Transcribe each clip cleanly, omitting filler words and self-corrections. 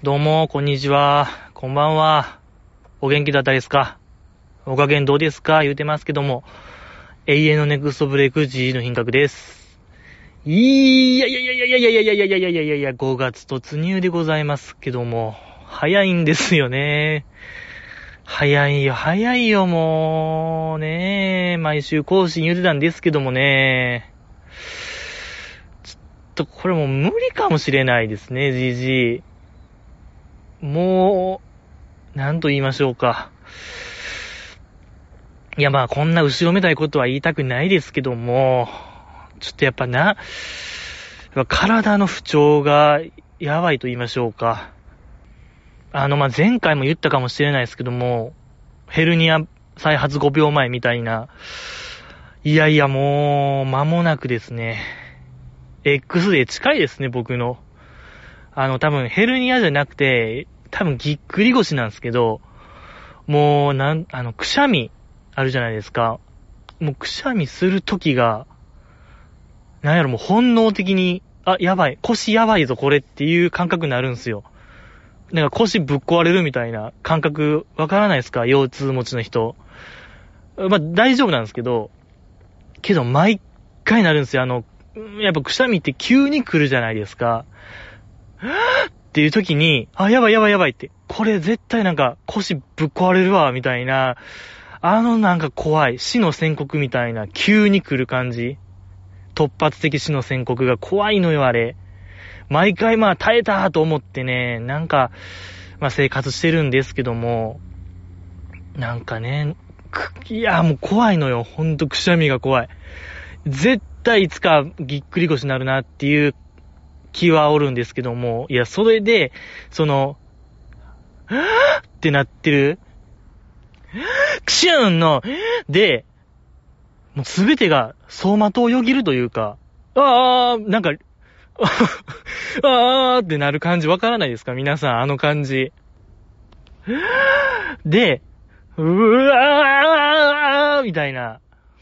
どうも、こんにちは。こんばんは。お元気だったですか？お加減どうですか言うてますけども、永遠のネクストブレイク G の品格です。いや、5月突入でございますけども、早いんですよね。早いよ、もうね。毎週更新言うてたんですけどもね。ちょっとこれもう無理かもしれないですね、GG。もう、なんと言いましょうか。いや、まあ、こんな後ろめたいことは言いたくないですけども、ちょっとやっぱ体の不調がやばいと言いましょうか。前回も言ったかもしれないですけども、ヘルニア再発5秒前みたいな、もう、間もなくですね、X で近いですね、僕の。多分ヘルニアじゃなくて、多分ぎっくり腰なんですけど、もうくしゃみあるじゃないですか。もうくしゃみするときが、もう本能的に、やばい、腰やばいぞこれっていう感覚になるんですよ。なんか腰ぶっ壊れるみたいな感覚わからないですか？腰痛持ちの人。まあ大丈夫なんですけど毎回なるんですよ。やっぱくしゃみって急に来るじゃないですか。っていう時に、やばいって。これ絶対なんか腰ぶっ壊れるわ、みたいな。なんか怖い。死の宣告みたいな、急に来る感じ。突発的死の宣告が怖いのよ、あれ。毎回耐えたと思ってね、生活してるんですけども、もう怖いのよ。ほんとくしゃみが怖い。絶対いつかぎっくり腰になるなっていう気はおるんですけども、それで、ってなってる、クシューンの、で、もうすべてが走馬灯をよぎるというか、なんか、ってなる感じわからないですか皆さん、あの感じ。で、みたいな、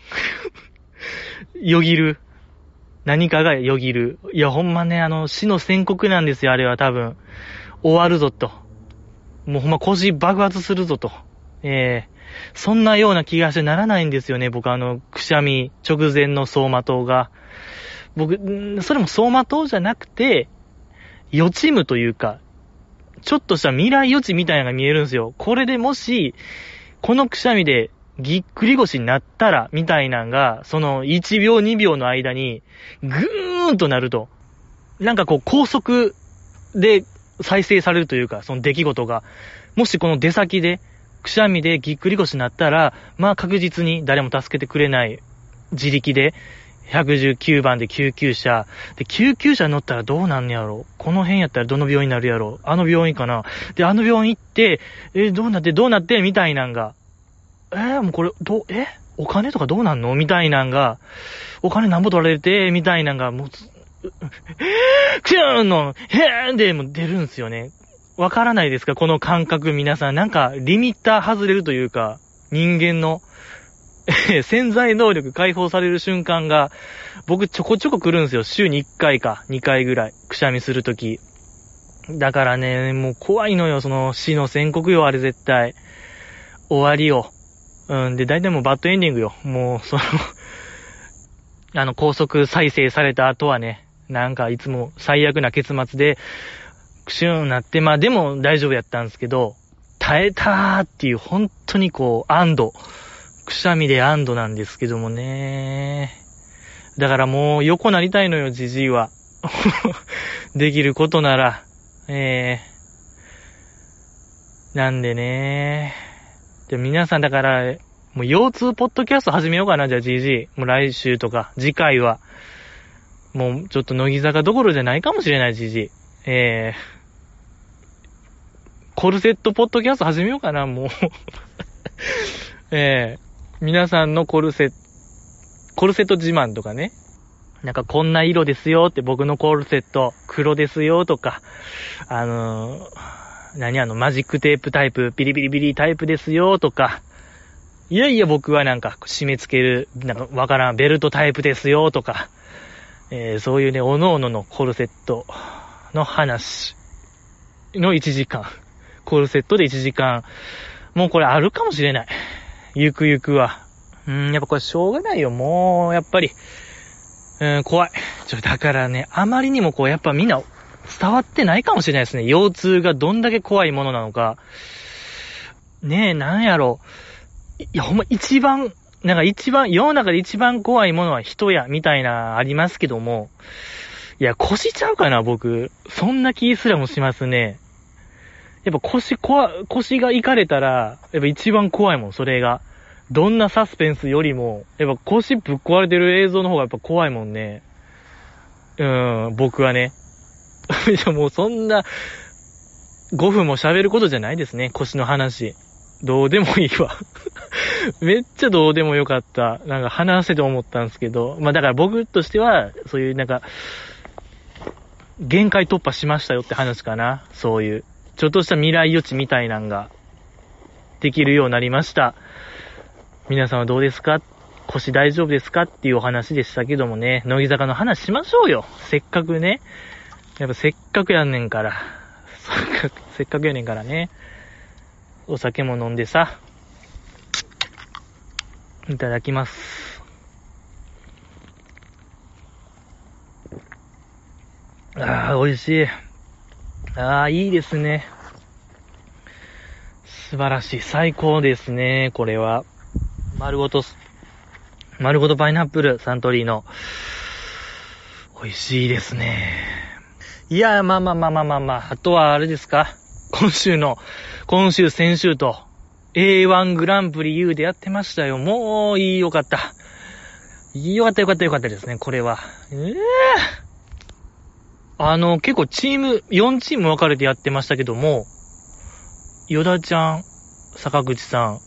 よぎる。何かがよぎる。ほんまね、死の宣告なんですよ、あれは多分。終わるぞと。もうほんま腰爆発するぞと。そんなような気がしてならないんですよね、僕くしゃみ直前の走馬灯が。それも走馬灯じゃなくて、予知夢というか、ちょっとした未来予知みたいなのが見えるんですよ。これでもし、このくしゃみでぎっくり腰になったら、みたいなのが、その1秒2秒の間に、ぐーんとなると。なんか高速で再生されるというか、その出来事が。もしこの出先で、くしゃみでぎっくり腰になったら、確実に誰も助けてくれない自力で、119番で救急車。で、救急車乗ったらどうなんねやろ？この辺やったらどの病院になるやろ？あの病院かな？で、あの病院行って、どうなってみたいなんが。もうこれ、お金とかどうなんのみたいなんが、お金なんぼ取られて、みたいなんが、もう、クシューンの、でも出るんすよね。わからないですかこの感覚皆さん。なんか、リミッター外れるというか、人間の、潜在能力解放される瞬間が、僕ちょこちょこ来るんですよ。週に1回か2回ぐらい、くしゃみするとき。だからね、もう怖いのよ、その死の宣告よ、あれ絶対。終わりよ。で、大体もうバッドエンディングよ。もう、高速再生された後はね、なんかいつも最悪な結末で、クシューンなって、でも大丈夫やったんですけど、耐えたーっていう、本当に安堵。くしゃみで安堵なんですけどもね。だからもう横なりたいのよ、じじいは。できることなら。なんでね。で皆さんだから、もう腰痛ポッドキャスト始めようかな、じゃあじじい。もう来週とか、次回は。もうちょっと乃木坂どころじゃないかもしれない、じじい。コルセットポッドキャスト始めようかな、もう。皆さんのコルセット自慢とかね。なんかこんな色ですよって僕のコルセット黒ですよとか、マジックテープタイプ、ビリビリビリタイプですよとか、僕はなんか締め付ける、なんかわからんベルトタイプですよとか、そういうね、各々のコルセットの話。 の1時間。コルセットで1時間。もうこれあるかもしれない。ゆくゆくは。やっぱこれしょうがないよ。もう、やっぱり。怖い。だからね、あまりにもやっぱみんな伝わってないかもしれないですね。腰痛がどんだけ怖いものなのか。ねえ、なんやろ。いや、ほんま世の中で一番怖いものは人や、みたいな、ありますけども。いや、腰ちゃうかな、僕。そんな気すらもしますね。やっぱ腰がいかれたら、やっぱ一番怖いもん、それが。どんなサスペンスよりも、やっぱ腰ぶっ壊れてる映像の方がやっぱ怖いもんね。僕はね。いや、もうそんな、5分も喋ることじゃないですね、腰の話。どうでもいいわ。めっちゃどうでもよかった。なんか話してて思ったんですけど。まあだから僕としては、そういうなんか、限界突破しましたよって話かな。そういう。ちょっとした未来予知みたいなんが、できるようになりました。皆さんはどうですか？腰大丈夫ですかっていうお話でしたけどもね。乃木坂の話しましょうよ。せっかくね。やっぱせっかくやねんから。せっかくやねんからね。お酒も飲んでさ。いただきます。ああ、美味しい。ああ、いいですね。素晴らしい。最高ですね。これは。丸ごとパイナップル、サントリーの。美味しいですね。いや、まあ。あとはあれですか。先週と、A1 グランプリ U でやってましたよ。もう、よかった。よかったですね、これは。結構4チーム分かれてやってましたけども、ヨダちゃん、坂口さん、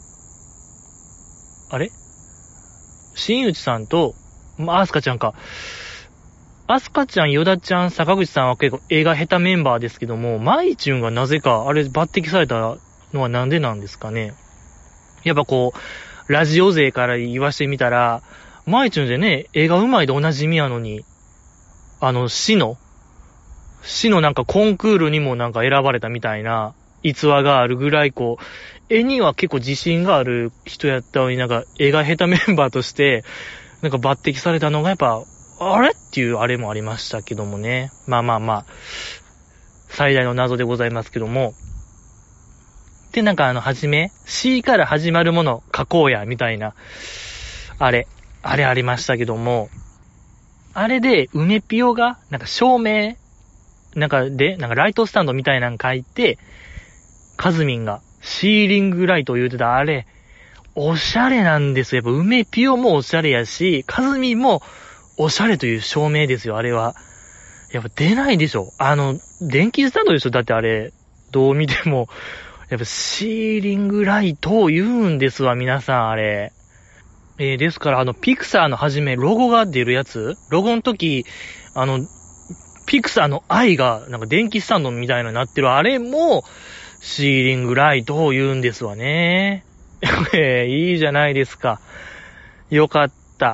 あれ新内さんと、アスカちゃんか。アスカちゃん、ヨダちゃん、坂口さんは結構映画下手メンバーですけども、マイチュンがなぜか、あれ抜擢されたのはなんでなんですかね。やっぱラジオ勢から言わしてみたら、マイチュンでね、映画うまいでおなじみやのに、市のなんかコンクールにもなんか選ばれたみたいな逸話があるぐらい絵には結構自信がある人やったのになんか映画下手メンバーとしてなんか抜擢されたのがやっぱ、あれっていうあれもありましたけどもね。まあ、最大の謎でございますけども。で、なんかC から始まるもの書こうや、みたいな、あれありましたけども、あれで、梅ピオが、なんか照明、なんかライトスタンドみたいなの書いて、カズミンがシーリングライトを言うてたあれ、おしゃれなんですよ。やっぱ梅ピオもおしゃれやし、カズミンもおしゃれという照明ですよ、あれは。やっぱ出ないでしょ。電気スタンドでしょ。だってあれ、どう見ても、やっぱシーリングライトを言うんですわ、皆さん、あれ。ですから、ピクサーの初め、ロゴが出るやつロゴの時、ピクサーの愛が、なんか電気スタンドみたいなのになってる、あれも、シーリングライトを言うんですわね。いいじゃないですか。よかった。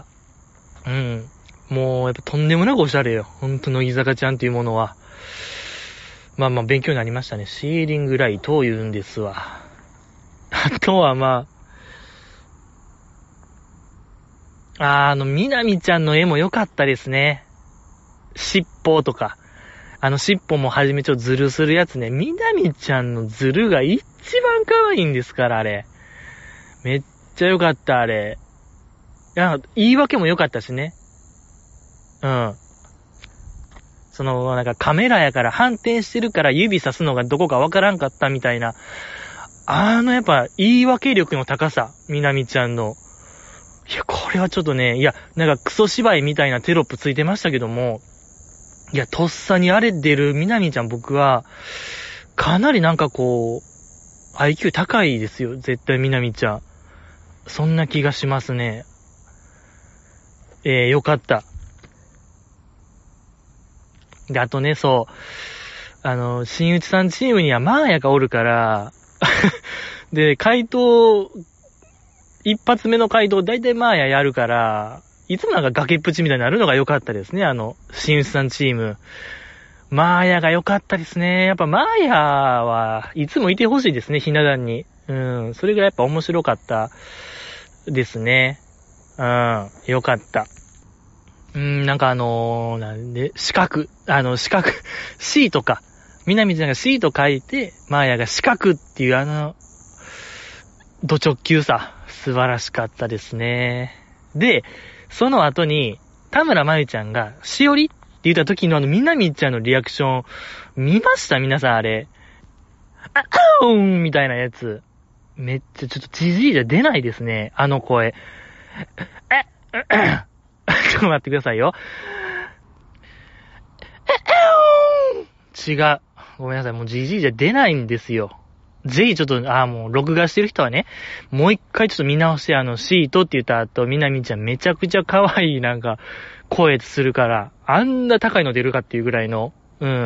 もう、やっぱとんでもなくおしゃれよ。ほんと、乃木坂ちゃんっていうものは。まあ、勉強になりましたね。シーリングライトを言うんですわ。あとはみなみちゃんの絵も良かったですね。尻尾とか。尻尾もはじめちょっとズルするやつね。みなみちゃんのズルが一番可愛いんですから、あれ。めっちゃ良かった、あれ。言い訳も良かったしね。なんかカメラやから反転してるから指さすのがどこかわからんかったみたいな。やっぱ言い訳力の高さ。みなみちゃんの。いや、これはちょっとね、なんかクソ芝居みたいなテロップついてましたけども、いや、とっさにあれ出るみなみちゃん僕は、かなりなんかIQ 高いですよ。絶対みなみちゃん。そんな気がしますね。よかった。で、あとね、新内さんチームにはマーヤがおるから、で、一発目の回答大体マーヤやるから、いつもなんか崖っぷちみたいになるのが良かったですね、新内さんチーム。 マーヤが良かったですね。やっぱマーヤはいつもいてほしいですね、ひな壇に。それがやっぱ面白かったですね。良かった。なんかなんで、四角、C とか、みなみちゃんが C と書いて、マーヤが四角っていうド直球さ、素晴らしかったですね。で、その後に、田村まゆちゃんが、しおりって言った時のみなみちゃんのリアクション、見ました皆さんあれ。あおんみたいなやつ。めっちゃちょっとじじいじゃ出ないですね、あの声。ちょっと待ってくださいよ。違う。ごめんなさい、もうじじいじゃ出ないんですよ。ぜひちょっと、もう録画してる人はね、もう一回ちょっと見直して、シートって言った後、みなみちゃんめちゃくちゃ可愛いなんか、声するから、あんな高いの出るかっていうぐらいの、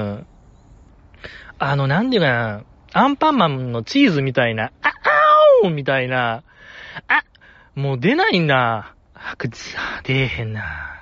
なんていうかな、アンパンマンのチーズみたいな、みたいな、もう出ないんだ。出えへんな。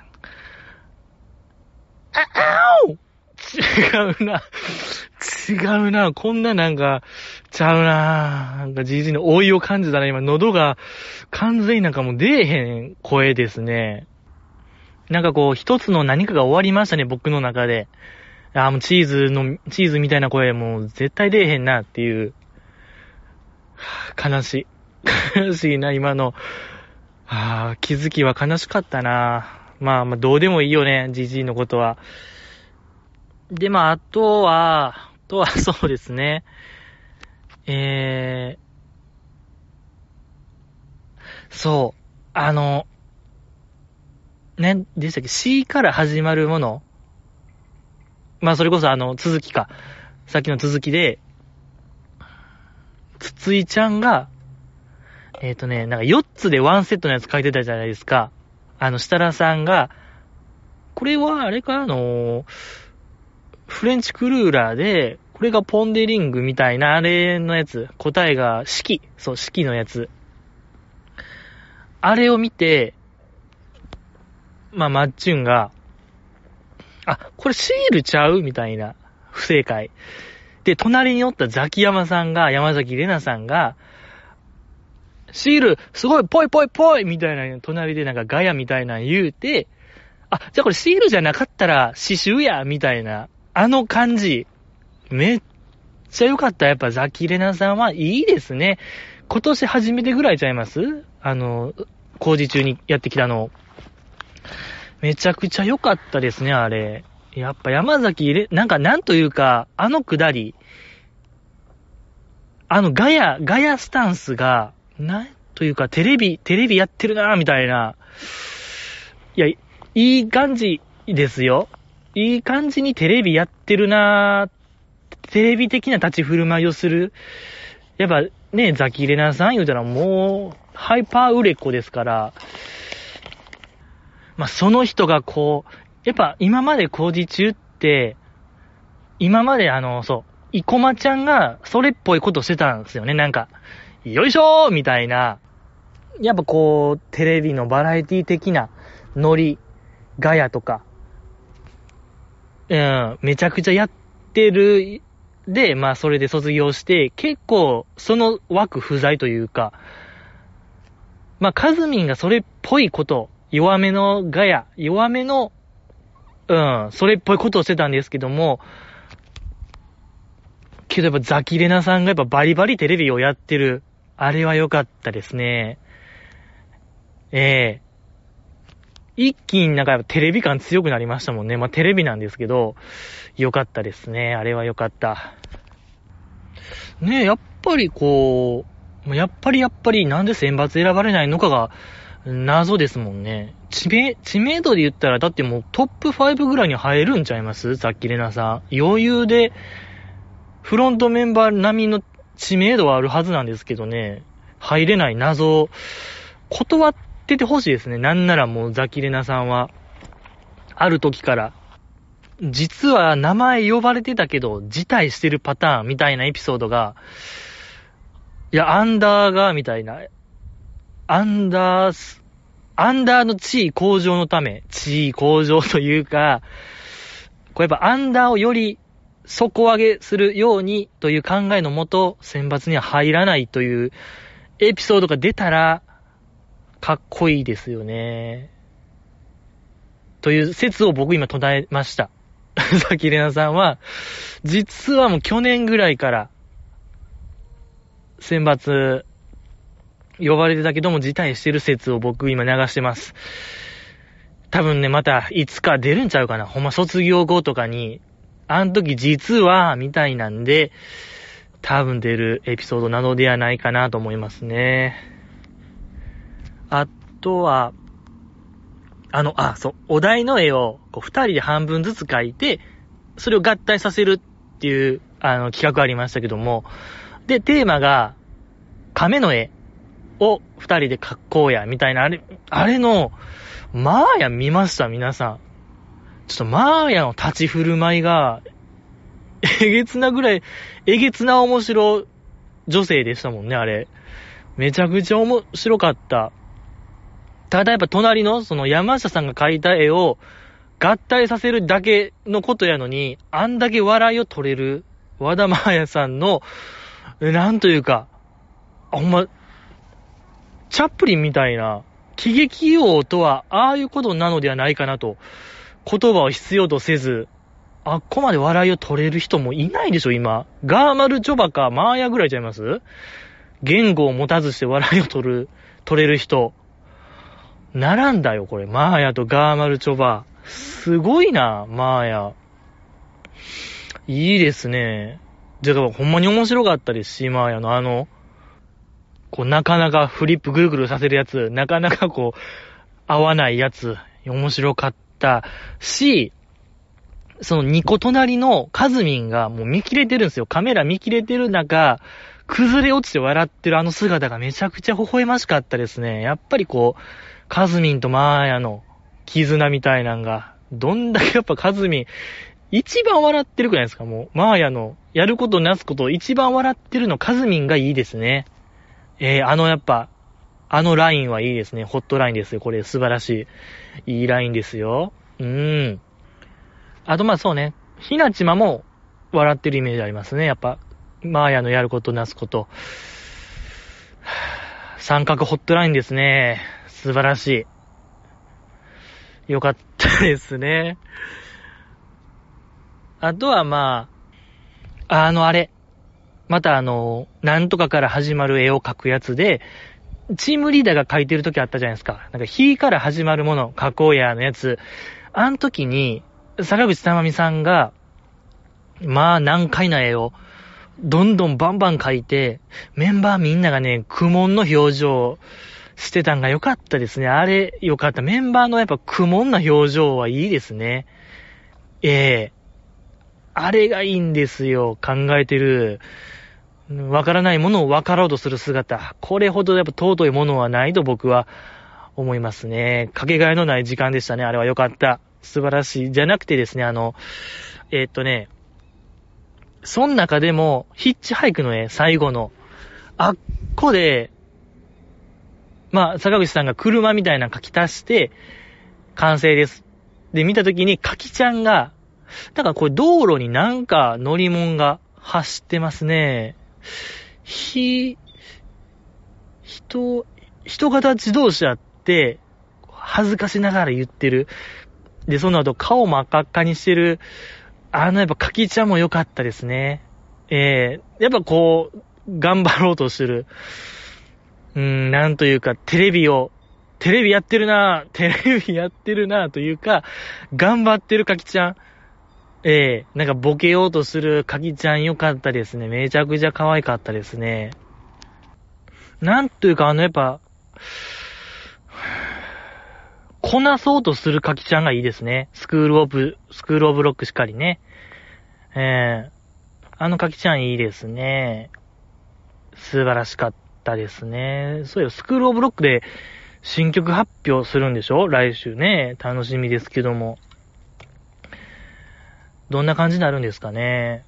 違うな。違うな。こんななんか、ちゃうな。なんかじじいの老いを感じたら今喉が完全になんかもう出えへん声ですね。なんかこう一つの何かが終わりましたね、僕の中で。もうチーズみたいな声もう絶対出えへんなっていう。悲しい。悲しいな、今の。気づきは悲しかったな。まあどうでもいいよね、じじいのことは。で、あとはそうですね。そう。でしたっけ ?C から始まるもの。それこそ続きか。さっきの続きで、つついちゃんが、なんか4つでワンセットのやつ書いてたじゃないですか。設楽さんが、これはあれかフレンチクルーラーで、これがポンデリングみたいなあれのやつ。答えが式のやつ。あれを見て、マッチュンが、これシールちゃうみたいな。不正解。で、隣におったザキヤマさんが、山崎怜奈さんが、シール、すごい、ぽいぽいぽいみたいな、隣でなんかガヤみたいな言うて、じゃあこれシールじゃなかったら刺繍やみたいな、感じ。めっちゃ良かった。やっぱザキレナさんはいいですね。今年初めてぐらいちゃいます工事中にやってきたの。めちゃくちゃ良かったですね、あれ。やっぱ山崎なんというか、くだり。ガヤスタンスが、なんというか、テレビやってるなぁ、みたいな。いや、いい感じですよ。いい感じにテレビやってるなぁ。テレビ的な立ち振る舞いをする。やっぱね、ザキレナさん言うたらもう、ハイパー売れっ子ですから、その人がやっぱ今まで工事中って、今まで生駒ちゃんがそれっぽいことしてたんですよね。なんか、よいしょーみたいな。やっぱテレビのバラエティ的なノリ、ガヤとか、めちゃくちゃやってる。で、それで卒業して、結構、その枠不在というか、カズミンがそれっぽいこと、弱めのガヤ、弱めの、それっぽいことをしてたんですけども、けどやっぱザキレナさんがやっぱバリバリテレビをやってる。あれは良かったですね。一気になんかやっぱテレビ感強くなりましたもんね。テレビなんですけど、良かったですね。あれは良かった。ねえ、やっぱりやっぱりなんで選抜選ばれないのかが謎ですもんね。知名度で言ったらだってもうトップ5ぐらいに入るんちゃいますザッキレナさん。余裕でフロントメンバー並みの知名度はあるはずなんですけどね。入れない謎、断っててほしいですね。なんならもうザキレナさんは、ある時から、実は名前呼ばれてたけど、辞退してるパターンみたいなエピソードが、いや、アンダーみたいな、アンダーの地位向上のため、地位向上というか、 こうやっぱアンダーをより底上げするようにという考えのもと、選抜には入らないというエピソードが出たら、かっこいいですよね。という説を僕今唱えました。さきれなさんは、実はもう去年ぐらいから、選抜、呼ばれてたけども辞退してる説を僕今流してます。多分ね、またいつか出るんちゃうかな。ほんま卒業後とかに、あの時実は、みたいなんで、多分出るエピソードなのではないかなと思いますね。あとは、そう、お題の絵をこう二人で半分ずつ描いて、それを合体させるっていう、企画ありましたけども、で、テーマが、亀の絵を二人で描こうや、みたいな、あれの、マーヤ見ました皆さん。ちょっとマーヤの立ち振る舞いが、えげつな面白女性でしたもんね、あれ。めちゃくちゃ面白かった。ただやっぱ隣のその山下さんが描いた絵を合体させるだけのことやのに、あんだけ笑いを取れる和田マーヤさんの、なんというか、ほんま、チャップリンみたいな、喜劇王とはああいうことなのではないかなと、言葉を必要とせず、あっこまで笑いを取れる人もいないでしょ、今。ガーマルチョバかマーヤぐらいちゃいます？言語を持たずして笑いを取れる人。並んだよ、これ。マーヤとガーマルチョバ。すごいな、マーヤ。いいですね。だからほんまに面白かったですし、マーヤのこうなかなかフリップぐるぐるさせるやつ、なかなかこう、合わないやつ、面白かったし、その2個隣のカズミンがもう見切れてるんですよ。カメラ見切れてる中、崩れ落ちて笑ってるあの姿がめちゃくちゃ微笑ましかったですね。やっぱりこう、カズミンとマーヤの絆みたいなんが、どんだけやっぱカズミン、一番笑ってるくらいですか？もう、マーヤのやることなすこと一番笑ってるのカズミンがいいですね。やっぱ、ラインはいいですね。ホットラインですよ。これ素晴らしい。いいラインですよ。あとそうね。ひなちまも笑ってるイメージありますね。やっぱ、マーヤのやることなすこと。三角ホットラインですね。素晴らしい。よかったですね。あとはあれ。またなんとかから始まる絵を描くやつで、チームリーダーが描いてる時あったじゃないですか。なんか、火から始まるもの、描こうやのやつ。あの時に、坂口珠美さんが、難解な絵を、どんどんバンバン描いて、メンバーみんながね、苦悶の表情してたんが良かったですね。あれ、良かった。メンバーのやっぱ苦悶な表情はいいですね。あれがいいんですよ。考えてる。わからないものをわかろうとする姿。これほどやっぱ尊いものはないと僕は思いますね。かけがえのない時間でしたね。あれは良かった。素晴らしい。じゃなくてですね、その中でも、ヒッチハイクの絵、最後の、あっこで、坂口さんが車みたいなの書き足して、完成です。で、見たときに、かきちゃんが、だからこれ道路になんか乗り物が走ってますね。人型自動車って、恥ずかしながら言ってる。で、その後顔も赤っかにしてる。やっぱかきちゃんも良かったですね。やっぱこう、頑張ろうとしてる。なんというか、テレビやってるなというか、頑張ってるかきちゃん。なんかボケようとするかきちゃん良かったですね。めちゃくちゃ可愛かったですね。なんというかやっぱ、こなそうとするかきちゃんがいいですね。スクールオブロックしかりね。かきちゃんいいですね。素晴らしかったですね。そうよ、スクールオブロックで新曲発表するんでしょ？来週ね。楽しみですけども。どんな感じになるんですかね。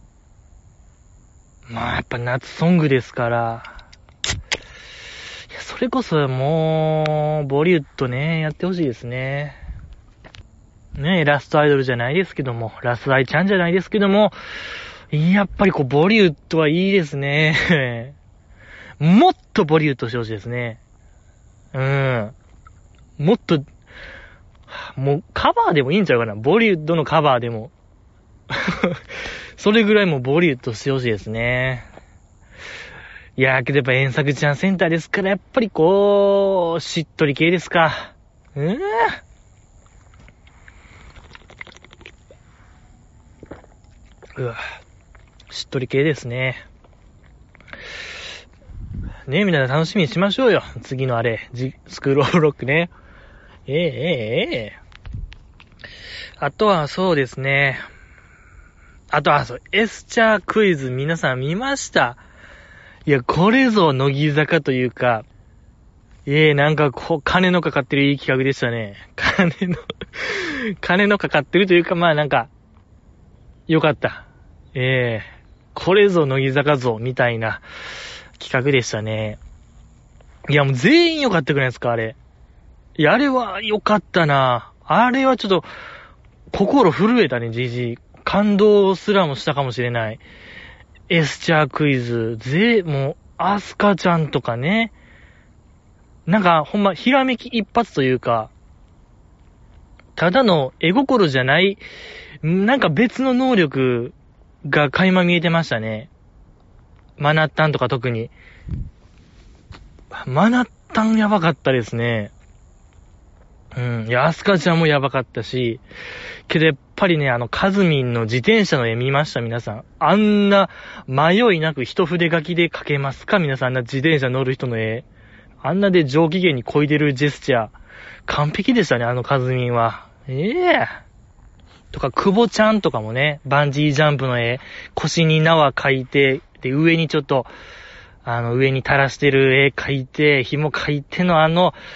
やっぱ夏ソングですから。いや、それこそもう、ボリュッドね、やってほしいですね。 ね、ラストアイドルじゃないですけども、ラスアイちゃんじゃないですけども、やっぱりこう、ボリュッドはいいですね。もっとボリュッドしてほしいですね。もっと、もうカバーでもいいんちゃうかな。ボリュッドのカバーでも。それぐらいもうボリュッドしてほしいですね。いやーけどやっぱ遠作ちゃんセンターですから、やっぱりこう、しっとり系ですか。うわ、しっとり系ですね。ねえ、みんな楽しみにしましょうよ。次のあれ、スクールオブロックね。あとはそうですね。あとはそう、エスチャークイズ皆さん見ました？いや、これぞ乃木坂というか、なんか金のかかってるいい企画でしたね。金のかかってるというか、まあなんか、よかった。これぞ乃木坂像みたいな企画でしたね。いや、もう全員良かったくないですか、あれ。いや、あれは良かったな。あれはちょっと、心震えたね、じ感動すらもしたかもしれない。エスチャークイズ、もう、アスカちゃんとかね。なんか、ほんま、ひらめき一発というか、ただの絵心じゃない、なんか別の能力が垣間見えてましたね。マナッタンとか特に。マナッタンやばかったですね。いや、アスカちゃんもやばかったし、けどやっぱりね、カズミンの自転車の絵見ました、皆さん。あんな、迷いなく一筆書きで描けますか、皆さん。あんな自転車乗る人の絵。あんなで上機嫌に漕いでるジェスチャー。完璧でしたね、カズミンは。とか、久保ちゃんとかもね、バンジージャンプの絵、腰に縄描いて、で、上にちょっと、上に垂らしてる絵描いて、紐描いての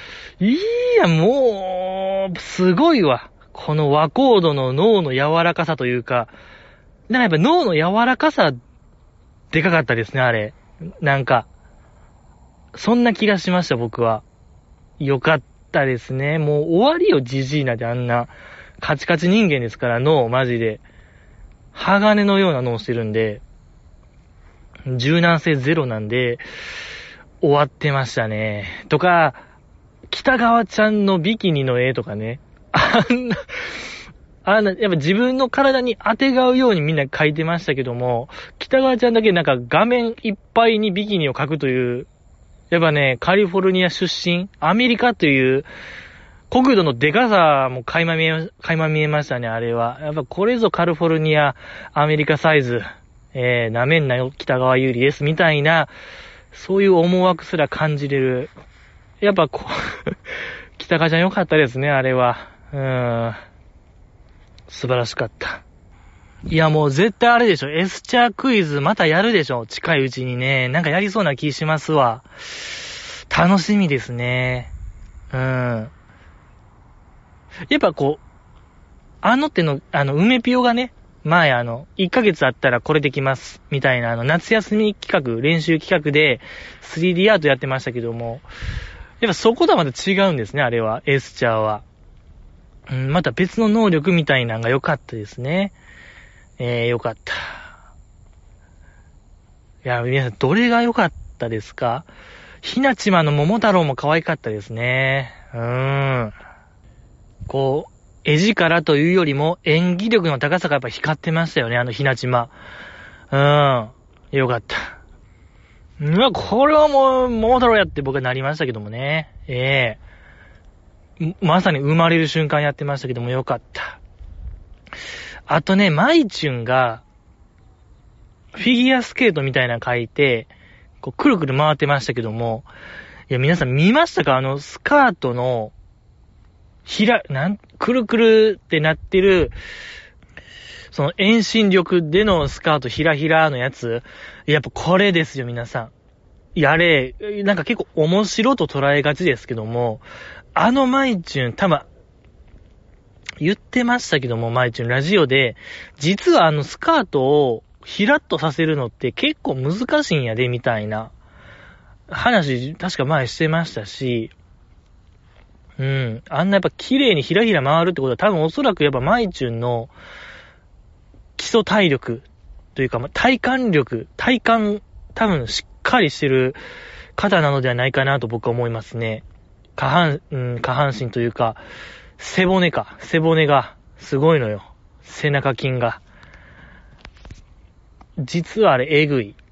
もう、すごいわ。この和コードの脳の柔らかさというか、やっぱ脳の柔らかさ、でかかったですね、あれ。なんか、そんな気がしました、僕は。よかったですね。もう終わりよ、ジジイなんてあんな、カチカチ人間ですから、脳、マジで。鋼のような脳してるんで、柔軟性ゼロなんで、終わってましたね。とか、北川ちゃんのビキニの絵とかね。やっぱ自分の体に当てがうようにみんな描いてましたけども、北川ちゃんだけなんか画面いっぱいにビキニを描くという、やっぱね、カリフォルニア出身、アメリカという国土のデカさも垣間見えましたね、あれは。やっぱこれぞカリフォルニア、アメリカサイズ、なめんなよ、北川優里です、みたいな、そういう思惑すら感じれる。やっぱ北川ちゃん良かったですね、あれは。素晴らしかった。いや、もう絶対あれでしょ。エスチャークイズまたやるでしょ。近いうちにね。なんかやりそうな気しますわ。楽しみですね。やっぱ梅ピオがね、前1ヶ月あったらこれできます。みたいな夏休み企画、練習企画で 3D アートやってましたけども、やっぱそことはまた違うんですね、あれは。エスチャーは。また別の能力みたいなのが良かったですね。良かった。いや、皆さん、どれが良かったですか？ひなちまの桃太郎も可愛かったですね。絵力というよりも演技力の高さがやっぱ光ってましたよね、ひなちま。良かった。これはもう、桃太郎やって僕はなりましたけどもね。まさに生まれる瞬間やってましたけども良かった。あとね、マイチュンが、フィギュアスケートみたいなの書いて、くるくる回ってましたけども、いや、皆さん見ましたか？スカートの、くるくるってなってる、その遠心力でのスカートひらひらのやつ。やっぱこれですよ、皆さん。なんか結構面白と捉えがちですけども、マイチュン、多分、言ってましたけども、マイチュンラジオで、実はスカートをヒラッとさせるのって結構難しいんやで、みたいな話、確か前してましたし、 うん。あんなやっぱ綺麗にひらひら回るってことは多分おそらくやっぱマイチュンの基礎体力というか、体幹多分しっかりしてる方なのではないかなと僕は思いますね。下半身というか、背骨がすごいのよ。背中筋が。実はあれ、えぐい。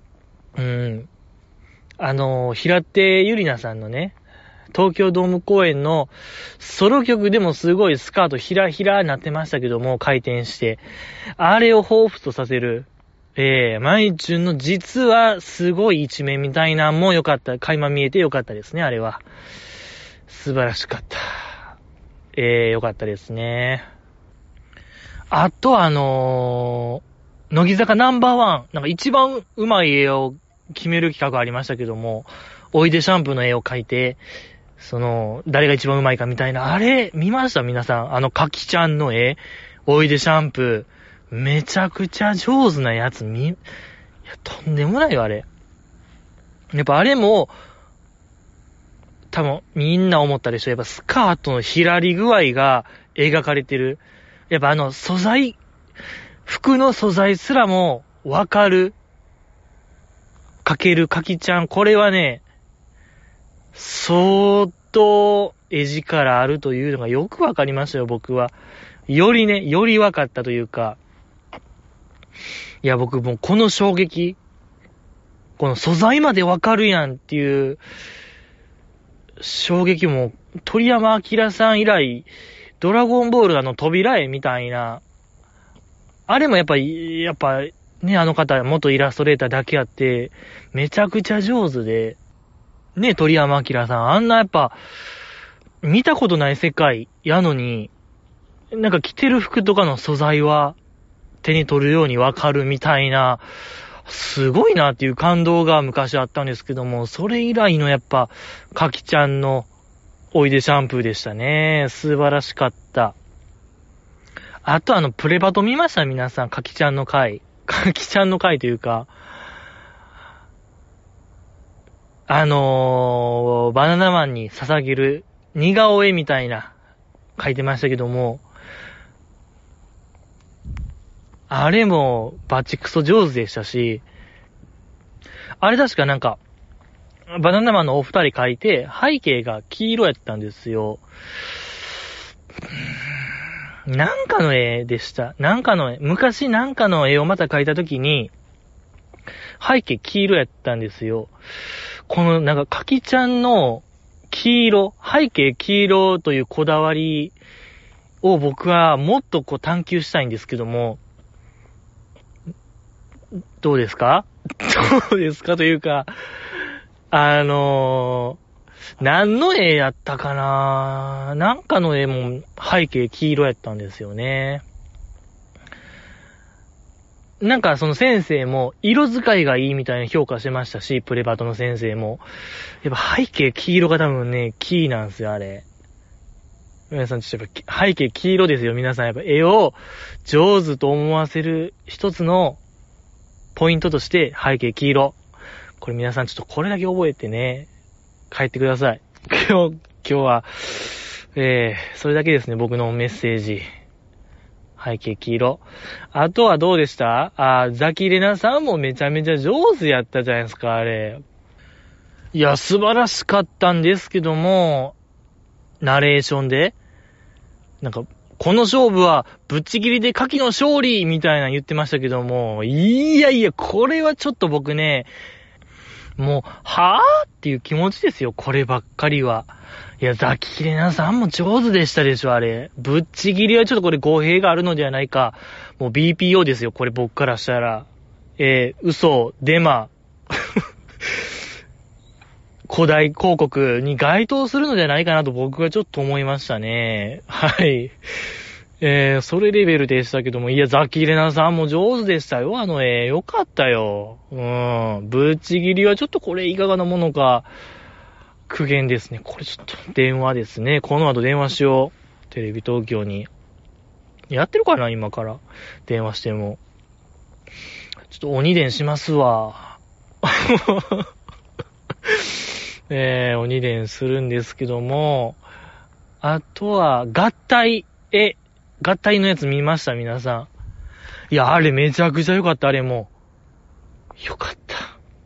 平手ゆりなさんのね、東京ドーム公演のソロ曲でもすごいスカートひらひらなってましたけども、回転して。あれを彷彿とさせる、マイチュンの実はすごい一面みたいなのも良かった。垣間見えて良かったですね、あれは。素晴らしかった。良かったですね。あと乃木坂ナンバーワン、なんか一番うまい絵を決める企画ありましたけども、おいでシャンプーの絵を描いて、誰が一番うまいかみたいな、あれ、見ました皆さん。かきちゃんの絵、おいでシャンプー、めちゃくちゃ上手なやついや、とんでもないよ、あれ。やっぱあれも、多分みんな思ったでしょ。やっぱスカートのひらり具合が描かれてる。やっぱ服の素材すらもわかる。かけるかきちゃん。これはね、相当絵力あるというのがよくわかりましたよ、僕は。よりわかったというか。いや、僕もうこの衝撃。この素材までわかるやんっていう衝撃も、鳥山明さん以来、ドラゴンボール扉絵みたいな、あれもやっぱね、あの方、元イラストレーターだけあって、めちゃくちゃ上手で、ね、鳥山明さん、あんなやっぱ、見たことない世界やのに、なんか着てる服とかの素材は手に取るようにわかるみたいな、すごいなっていう感動が昔あったんですけども、それ以来のやっぱ、かきちゃんのおいでシャンプーでしたね。素晴らしかった。あとプレバト見ました皆さん、かきちゃんの回。かきちゃんの回というか、バナナマンに捧げる似顔絵みたいな書いてましたけども、あれもバチクソ上手でしたし、あれ確かなんか、バナナマンのお二人書いて、背景が黄色やったんですよ。なんかの絵でした。昔なんかの絵をまた描いたときに、背景黄色やったんですよ。このなんか、かきちゃんの背景黄色というこだわりを僕はもっと探求したいんですけども、どうですかどうですかというか、何の絵やったかな、なんかの絵も背景黄色やったんですよね。なんかその先生も色使いがいいみたいな評価してましたし、プレバトの先生も。やっぱ背景黄色が多分ね、キーなんですよ、あれ。皆さんちょっとやっぱ背景黄色ですよ、皆さん。やっぱ絵を上手と思わせる一つのポイントとして背景黄色。これ皆さんちょっとこれだけ覚えてね、帰ってください。今日は、それだけですね、僕のメッセージ。背景黄色。あとはどうでした？ザキレナさんもめちゃめちゃ上手やったじゃないですか、あれ。いや、素晴らしかったんですけども、ナレーションで、なんか、この勝負はぶっちぎりで牡蠣の勝利みたいな言ってましたけども、いや、これはちょっと僕ね、もう、はぁっていう気持ちですよ、こればっかりは。いや、ザキレナさんも上手でしたでしょ、あれ。ぶっちぎりはちょっとこれ語弊があるのではないか。もう BPO ですよ、これ僕からしたら。嘘、デマ、古代広告に該当するのではないかなと僕はちょっと思いましたね。はい。それレベルでしたけども、いや、ザキレナさんも上手でしたよ、あの絵。よかったよ。ぶっちぎりはちょっとこれいかがなものか。苦言ですね。これちょっと電話ですね。この後電話しよう。テレビ東京に。やってるかな今から。電話しても。ちょっと鬼伝しますわ。鬼伝するんですけども、 あとは、合体のやつ見ました皆さん。いや、あれめちゃくちゃ良かった、あれも。良かった。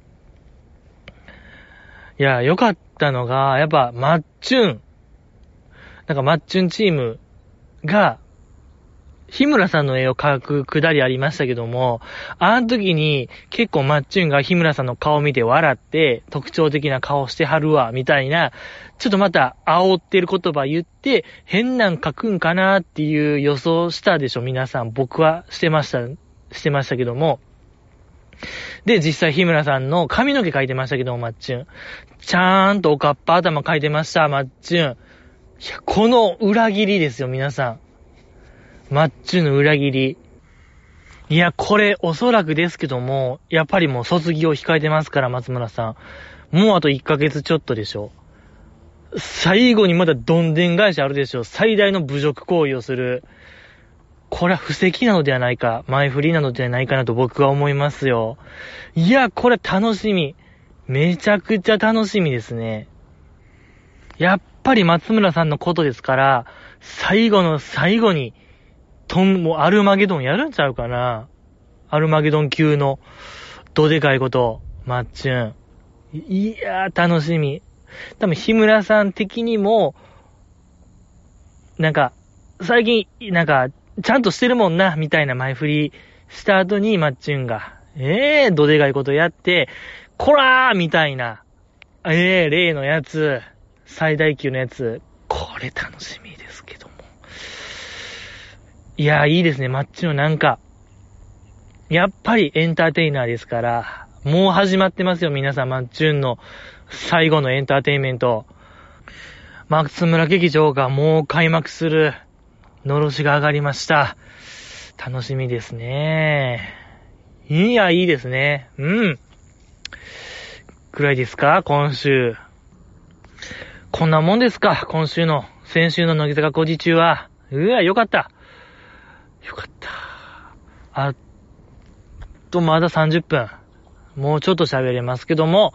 いや、良かったのが、やっぱ、マッチュンチームが、日村さんの絵を描くくだりありましたけども、あの時に結構マッチュンが日村さんの顔を見て笑って特徴的な顔してはるわ、みたいな、ちょっとまた煽ってる言葉言って変なん描くんかなっていう予想したでしょ、皆さん。僕はしてましたけども。で、実際日村さんの髪の毛描いてましたけども、マッチュン。ちゃーんとおかっぱ頭描いてました、マッチュン。いや、この裏切りですよ、皆さん。マッチュの裏切り。いや、これおそらくですけども、やっぱりもう卒業控えてますから、松村さん。もうあと1ヶ月ちょっとでしょ。最後にまだどんでん返しあるでしょ。最大の侮辱行為をする。これは布石なのではないか、前振りなのではないかなと僕は思いますよ。いや、これ楽しみ。めちゃくちゃ楽しみですね。やっぱり松村さんのことですから、最後の最後に、もうアルマゲドンやるんちゃうかな。アルマゲドン級のどでかいこと、マッチュン。いやー、楽しみ。多分、日村さん的にも、なんか、最近、なんか、ちゃんとしてるもんな、みたいな前振りした後に、マッチュンが、どでかいことやって、こらーみたいな、例のやつ、最大級のやつ、これ楽しみですけども。いやー、いいですね、マッチュンなんか、やっぱりエンターテイナーですから、もう始まってますよ、皆さん、マッチュンの最後のエンターテインメント。松村劇場がもう開幕する、のろしが上がりました。楽しみですね。いや、いいですね。うん。くらいですか、今週。こんなもんですか、先週の乃木坂工事中は。よかった。よかった。あとまだ30分。もうちょっと喋れますけども。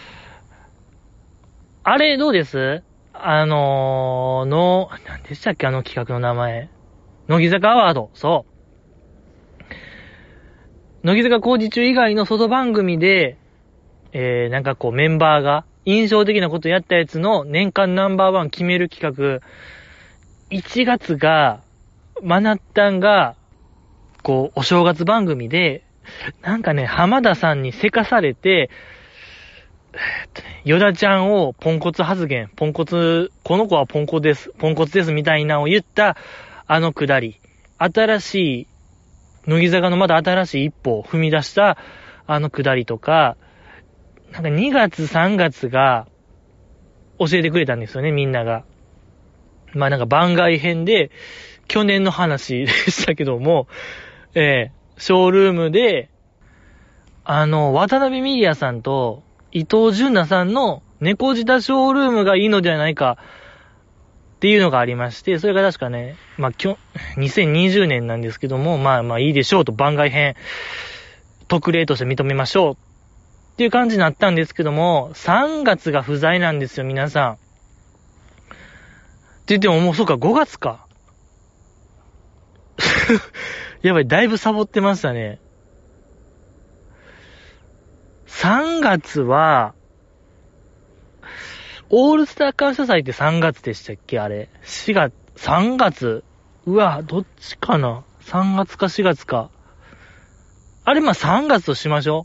あれ、どうです？何でしたっけ、あの企画の名前。乃木坂アワード。そう。乃木坂工事中以外の外番組で、なんかこうメンバーが印象的なことやったやつの年間ナンバーワン決める企画。1月が、マナッタンが、こう、お正月番組で、なんかね、浜田さんにせかされて、ヨダちゃんをポンコツ発言、この子はポンコツですみたいなのを言った、あのくだり。新しい、乃木坂のまだ新しい一歩を踏み出した、あのくだりとか、なんか2月3月が、教えてくれたんですよね、みんなが。まあなんか番外編で、去年の話でしたけども、ショールームで、渡辺美里也さんと伊藤純奈さんの猫舌ショールームがいいのではないかっていうのがありまして、それが確かね、まあ、2020年なんですけども、まあいいでしょうと番外編、特例として認めましょうっていう感じになったんですけども、3月が不在なんですよ、皆さん。って言ってももうそうか、5月か。やばい、だいぶサボってましたね。3月は、オールスター感謝祭って3月でしたっけあれ。3月うわ、どっちかな ?3 月か4月か。あれ、まあ、3月としましょう。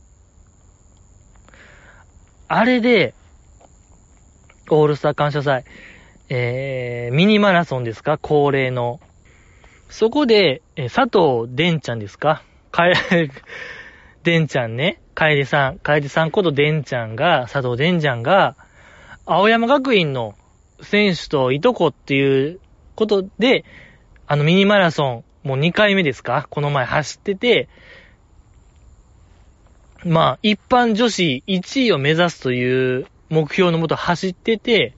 あれで、オールスター感謝祭、ミニマラソンですか恒例の。そこで、佐藤伝ちゃんですか伝ちゃんね。楓さんこと伝ちゃんが、佐藤伝ちゃんが、青山学院の選手といとこっていうことで、ミニマラソン、もう2回目ですかこの前走ってて、まあ、一般女子1位を目指すという目標のもと走ってて、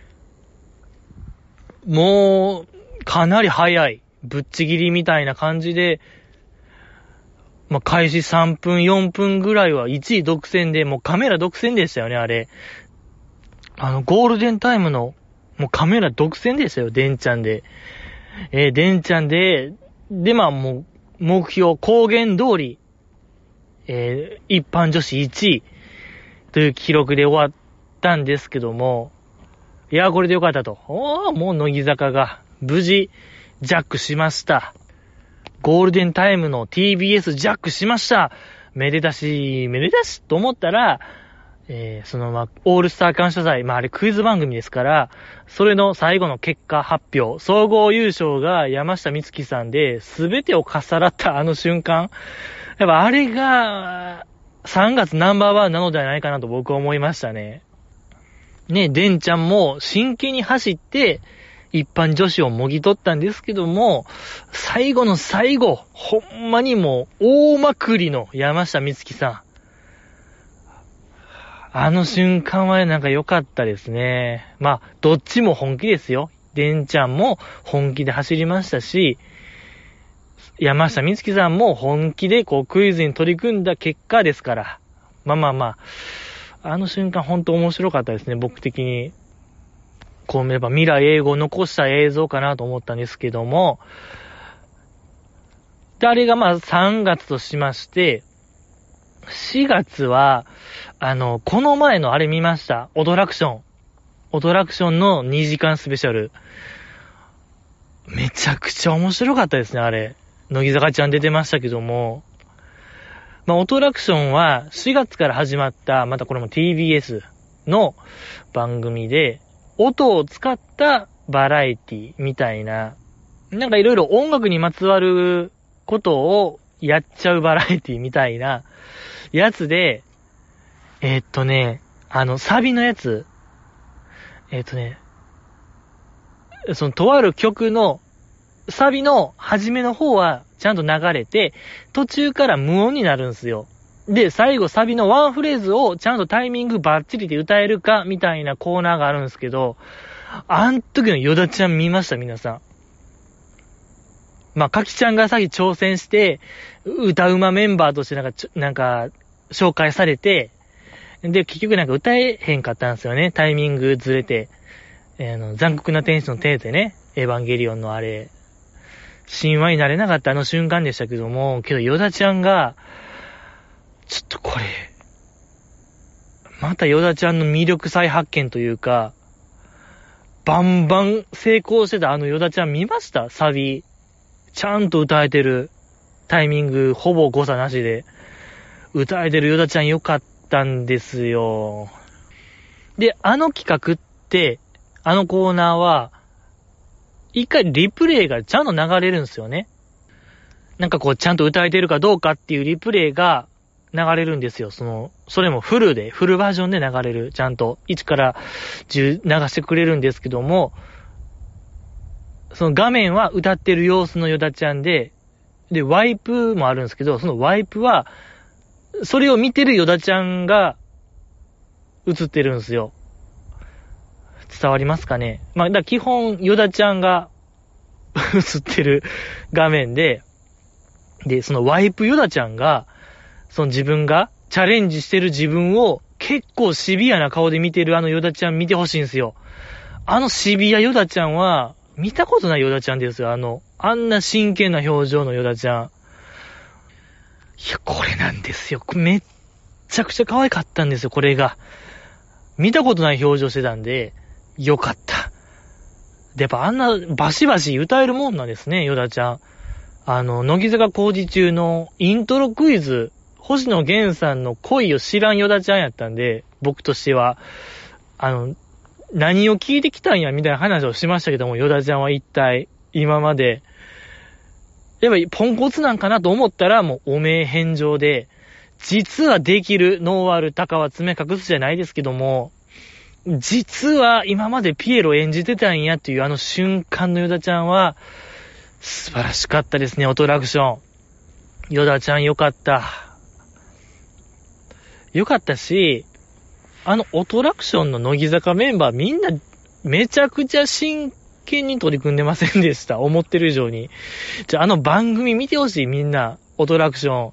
もう、かなり早い、ぶっちぎりみたいな感じで、まあ、開始3分、4分ぐらいは1位独占で、もうカメラ独占でしたよね、あれ。ゴールデンタイムのもうカメラ独占でしたよ、デンちゃんで。デンちゃんで、まあもう、目標、公言通り、一般女子1位という記録で終わったんですけども、いや、これでよかったと。もう乃木坂が無事ジャックしました。ゴールデンタイムの TBS ジャックしました。めでたしと思ったら、そのオールスター感謝祭、あれクイズ番組ですから、それの最後の結果発表、総合優勝が山下美月さんで、すべてをかっさらったあの瞬間、やっぱあれが、3月ナンバーワンなのではないかなと僕は思いましたね。ね、デンちゃんも真剣に走って、一般女子をもぎ取ったんですけども、最後の最後、ほんまにもう大まくりの山下美月さん。あの瞬間はなんか良かったですね。どっちも本気ですよ。デンちゃんも本気で走りましたし、山下美月さんも本気でクイズに取り組んだ結果ですから。あの瞬間本当面白かったですね、僕的に。やっぱ未来永劫残した映像かなと思ったんですけども、で、あれが3月としまして、4月は、この前のあれ見ました。オトラクションの2時間スペシャル。めちゃくちゃ面白かったですね、あれ。乃木坂ちゃん出てましたけども。オトラクションは4月から始まった、またこれも TBS の番組で、音を使ったバラエティみたいな、なんかいろいろ音楽にまつわることをやっちゃうバラエティみたいなやつで、サビのやつ、そのとある曲のサビの初めの方はちゃんと流れて、途中から無音になるんすよ。で、最後サビのワンフレーズをちゃんとタイミングバッチリで歌えるかみたいなコーナーがあるんですけど、あん時のヨダちゃん見ました、皆さん。かきちゃんがさっき挑戦して、歌うまメンバーとしてなんか、紹介されて、で、結局なんか歌えへんかったんですよね。タイミングずれて。残酷な天使のテーゼね。エヴァンゲリオンのあれ。神話になれなかったあの瞬間でしたけども、けどヨダちゃんが、ちょっとこれ、またヨダちゃんの魅力再発見というか、バンバン成功してたあのヨダちゃん見ました？サビ。ちゃんと歌えてる。タイミングほぼ誤差なしで。歌えてるヨダちゃんよかったんですよ。で、あの企画って、あのコーナーは、一回リプレイがちゃんと流れるんですよね。なんかちゃんと歌えてるかどうかっていうリプレイが流れるんですよ。それもフルバージョンで流れる。ちゃんと1から10流してくれるんですけども、その画面は歌ってる様子のヨダちゃんで、ワイプもあるんですけど、そのワイプは、それを見てるヨダちゃんが映ってるんですよ。伝わりますかね？基本ヨダちゃんが映ってる画面で、そのワイプヨダちゃんが、その自分がチャレンジしてる自分を結構シビアな顔で見てるあのヨダちゃん見てほしいんですよ。あのシビアヨダちゃんは見たことないヨダちゃんですよ。あんな真剣な表情のヨダちゃん。いや、これなんですよ。めっちゃくちゃ可愛かったんですよ、これが。見たことない表情してたんで、よかった。で、やっぱあんなバシバシ歌えるもんなんですね、ヨダちゃん。乃木坂工事中のイントロクイズ、星野源さんの恋を知らんヨダちゃんやったんで、僕としては、何を聞いてきたんやみたいな話をしましたけども、ヨダちゃんは一体、今まで、やっぱりポンコツなんかなと思ったら、もうお名返上で、実はできる、ノーアル高は爪隠すじゃないですけども、実は今までピエロ演じてたんやっていうあの瞬間のヨダちゃんは、素晴らしかったですね、オトラクション。ヨダちゃんよかった。よかったし、オトラクションの乃木坂メンバーみんなめちゃくちゃ真剣に取り組んでませんでした。思ってる以上に。番組見てほしいみんな、オトラクション。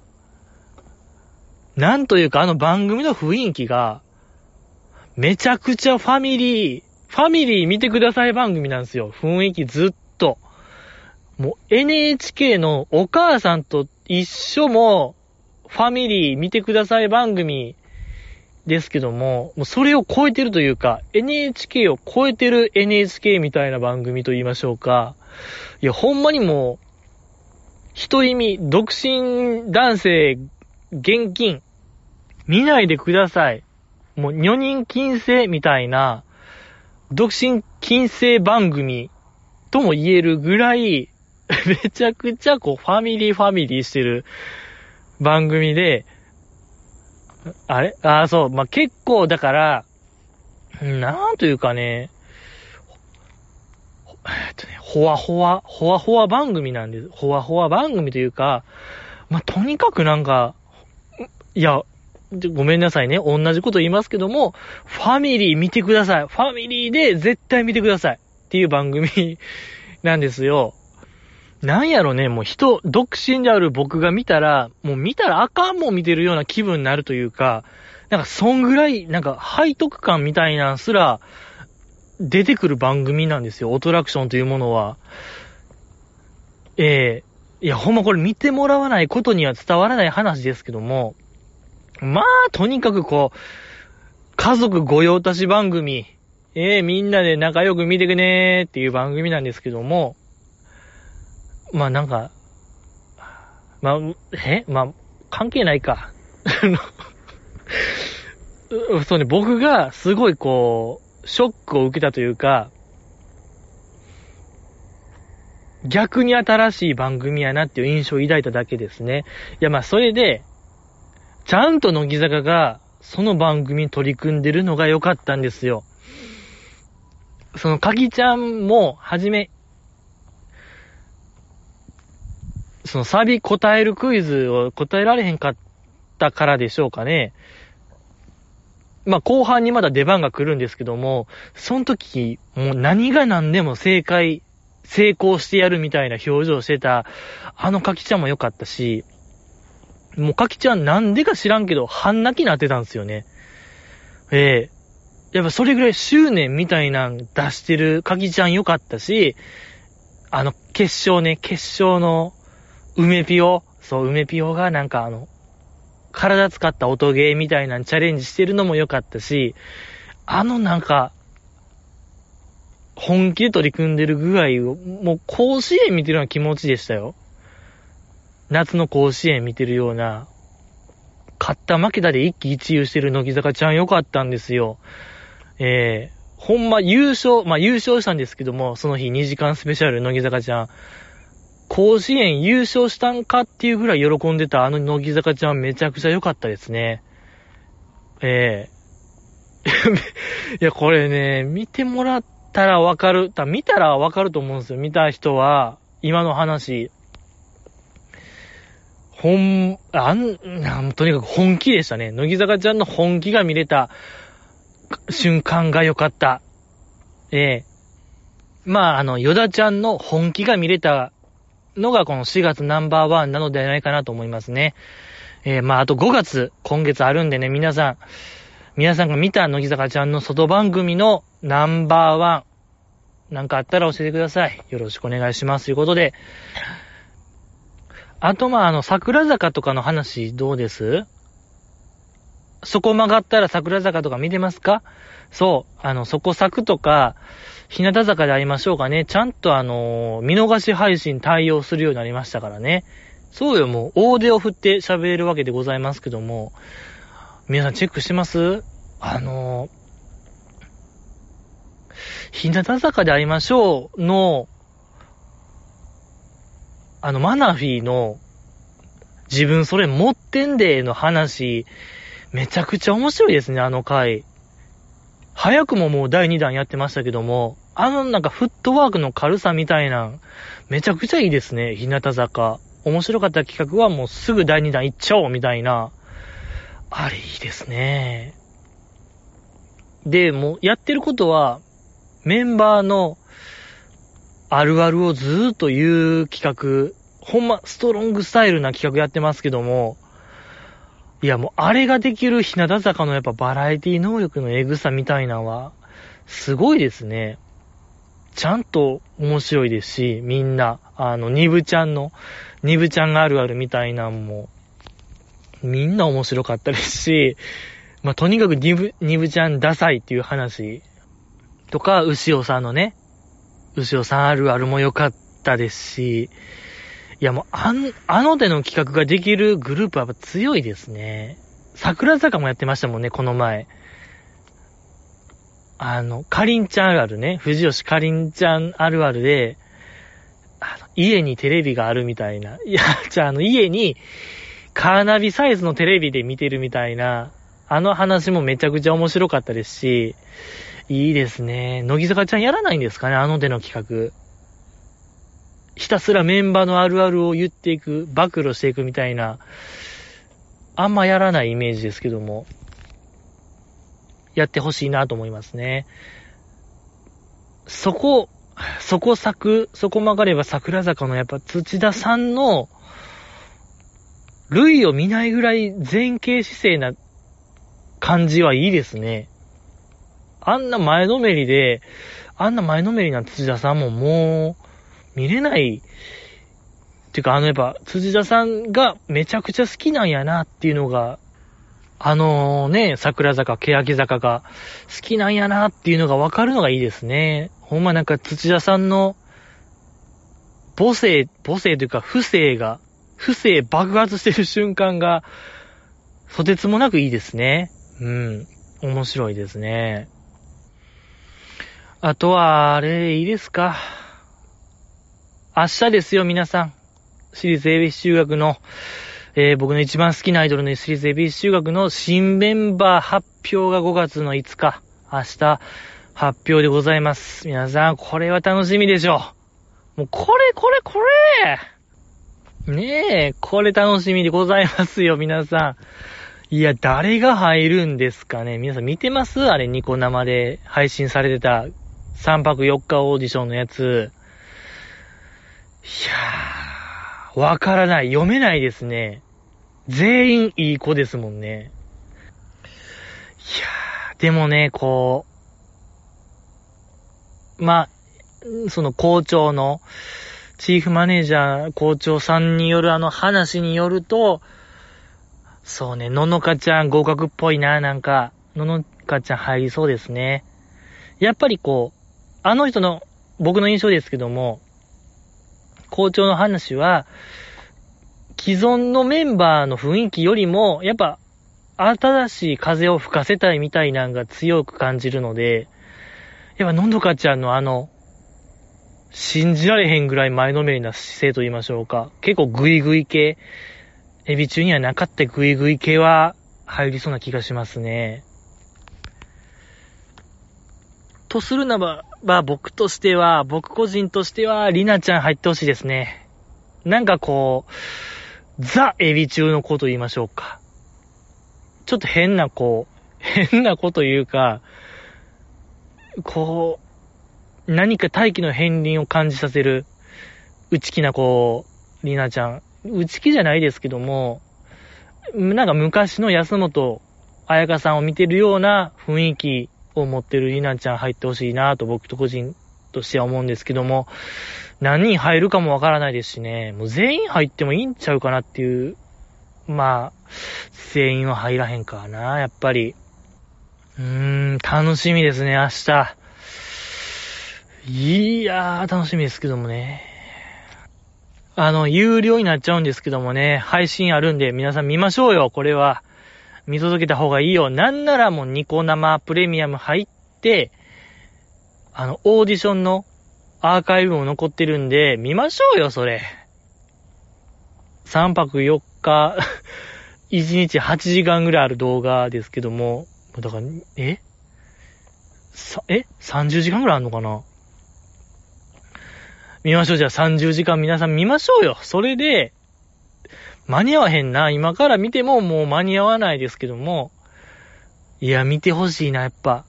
なんというか番組の雰囲気が、めちゃくちゃファミリーファミリー見てください番組なんですよ。雰囲気ずっと。もう NHK のお母さんと一緒もファミリー見てください番組ですけども、もうそれを超えてるというか、NHK を超えてる NHK みたいな番組と言いましょうか。いや、ほんまにもう、一人身、独身男性、現金、見ないでください。もう、女人禁制みたいな、独身禁制番組とも言えるぐらい、めちゃくちゃこう、ファミリーしてる番組で、そう、まあ、結構だから、なんというかね、ほわほわ番組なんです。ほわほわ番組というか、まあ、とにかくなんか、いや、ごめんなさいね。同じこと言いますけども、ファミリー見てください。ファミリーで絶対見てください。っていう番組なんですよ。なんやろね、もう独身である僕が見たら、もう見たらあかんもん見てるような気分になるというか、なんかそんぐらい、なんか背徳感みたいなんすら出てくる番組なんですよ。オトラクションというものは。いや、ほんまこれ見てもらわないことには伝わらない話ですけども、まあ、とにかくこう、家族御用達番組、みんなで仲良く見てくねーっていう番組なんですけども、まあなんか、まあ、関係ないか。そうね、僕がすごいこう、ショックを受けたというか、逆に新しい番組やなっていう印象を抱いただけですね。いやまあそれで、ちゃんと乃木坂がその番組に取り組んでるのが良かったんですよ。そのかぎちゃんもはじめ、そのサビ答えるクイズを答えられへんかったからでしょうかね。まあ後半にまだ出番が来るんですけども、その時もう何が何でも成功してやるみたいな表情をしてたあのかきちゃんも良かったし、もうかきちゃんなんでか知らんけど半泣きなってたんですよね。やっぱそれぐらい執念みたいなん出してるかきちゃん良かったし、決勝の梅ピオがなんか体使った音ゲーみたいなチャレンジしてるのも良かったし、なんか、本気で取り組んでる具合を、もう甲子園見てるような気持ちでしたよ。夏の甲子園見てるような、勝った負けたで一喜一憂してる乃木坂ちゃん良かったんですよ。ほんま優勝したんですけども、その日2時間スペシャル乃木坂ちゃん。甲子園優勝したんかっていうぐらい喜んでた乃木坂ちゃんめちゃくちゃ良かったですね。いや、これね、見てもらったらわかる。見たらわかると思うんですよ。見た人は、今の話。とにかく本気でしたね。乃木坂ちゃんの本気が見れた瞬間が良かった。まあ、ヨダちゃんの本気が見れたのがこの4月ナンバーワンなのではないかなと思いますね。まあ、あと5月、今月あるんでね、皆さんが見た乃木坂ちゃんの外番組のナンバーワン、なんかあったら教えてください。よろしくお願いします。ということで、あとまあ、桜坂とかの話どうです？そこ曲がったら桜坂とか見てますか？そう、そこ咲くとか、日向坂で会いましょうかね。ちゃんと見逃し配信対応するようになりましたからね。そうよ、もう、大手を振って喋れるわけでございますけども、皆さんチェックしてます？日向坂で会いましょうの、マナフィーの、自分それ持ってんでの話、めちゃくちゃ面白いですね、あの回。早くももう第2弾やってましたけども、なんかフットワークの軽さみたいな、めちゃくちゃいいですね、日向坂。面白かった企画はもうすぐ第2弾行っちゃおうみたいな。あれいいですね。で、もうやってることは、メンバーのあるあるをずーっと言う企画、ほんまストロングスタイルな企画やってますけども、いやもうあれができる日向坂のやっぱバラエティ能力のエグさみたいなのは、 すごいですね。ちゃんと面白いですし、みんな、ニブちゃんがあるあるみたいなんも、みんな面白かったですし、まあ、とにかくニブちゃんダサいっていう話とか、牛尾さんあるあるも良かったですし、いやもう、あの手の企画ができるグループはやっぱ強いですね。桜坂もやってましたもんね、この前。かりんちゃんあるあるね。藤吉かりんちゃんあるあるで、家にテレビがあるみたいな。いや、じゃあ家にカーナビサイズのテレビで見てるみたいな、話もめちゃくちゃ面白かったですし、いいですね。乃木坂ちゃんやらないんですかね、あの手の企画。ひたすらメンバーのあるあるを言っていく、暴露していくみたいな、あんまやらないイメージですけども、やってほしいなと思いますね。そこ曲がれば桜坂のやっぱ土田さんの、類を見ないぐらい前傾姿勢な感じはいいですね。あんな前のめりな土田さんももう見れない。っていうかやっぱ土田さんがめちゃくちゃ好きなんやなっていうのが、桜坂、欅坂が好きなんやなっていうのが分かるのがいいですね。ほんまなんか土田さんの母性というか不正爆発してる瞬間が、とてつもなくいいですね。うん。面白いですね。あとは、あれ、いいですか。明日ですよ、皆さん。私立恵比寿中学の、僕の一番好きなアイドルの私立恵比寿中学の新メンバー発表が5月の5日、明日発表でございます。皆さん、これは楽しみでしょう。もう、これねえ、これ楽しみでございますよ、皆さん。いや、誰が入るんですかね。皆さん見てます？あれ、ニコ生で配信されてた3泊4日オーディションのやつ。いやー、わからない。読めないですね。全員いい子ですもんね。いやー、でもね、その校長の、チーフマネージャー校長さんによる話によると、そうね、ののかちゃん合格っぽいな、なんか、ののかちゃん入りそうですね。やっぱりあの人の、僕の印象ですけども、校長の話は、既存のメンバーの雰囲気よりも、やっぱ、新しい風を吹かせたいみたいなのが強く感じるので、やっぱののかちゃんの信じられへんぐらい前のめりな姿勢と言いましょうか。結構グイグイ系、エビ中にはなかったグイグイ系は入りそうな気がしますね。とするならば、僕個人としては、りなちゃん入ってほしいですね。なんかザ・エビ中の子と言いましょうか。ちょっと変な子というか、何か大気の片鱗を感じさせる、内気な子、りなちゃん。内気じゃないですけども、なんか昔の安本彩香さんを見てるような雰囲気を持ってるりなちゃん入ってほしいなと僕と個人としては思うんですけども、何人入るかもわからないですしね、もう全員入ってもいいんちゃうかなっていう、全員は入らへんからな、やっぱり。楽しみですね、明日。いやー、楽しみですけどもね。有料になっちゃうんですけどもね、配信あるんで皆さん見ましょうよ、これは。見届けた方がいいよ。なんならもうニコ生プレミアム入って、オーディションのアーカイブも残ってるんで、見ましょうよ、それ。3泊4日、1日8時間ぐらいある動画ですけども、だから、30時間ぐらいあるのかな？見ましょう。じゃあ30時間皆さん見ましょうよ。それで、間に合わへんな。今から見てももう間に合わないですけども。いや、見てほしいな、やっぱ。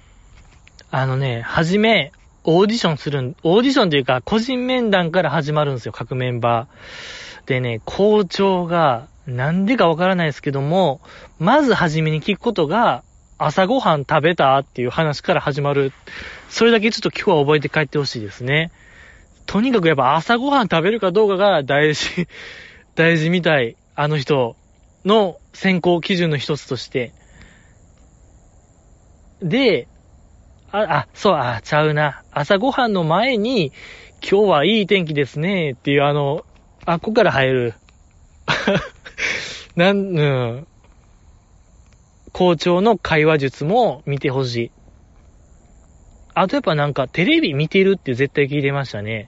はじめ、オーディションというか、個人面談から始まるんですよ、各メンバー。でね、校長が、なんでかわからないですけども、まずはじめに聞くことが、 朝ごはん食べたっていう話から始まる。それだけちょっと今日は覚えて帰ってほしいですね。とにかくやっぱ朝ごはん食べるかどうかが大事みたい。あの人の選考基準の一つとして。で、ちゃうな。朝ごはんの前に、今日はいい天気ですねっていうここから入る。校長の会話術も見てほしい。あとやっぱなんかテレビ見てるって絶対聞いてましたね。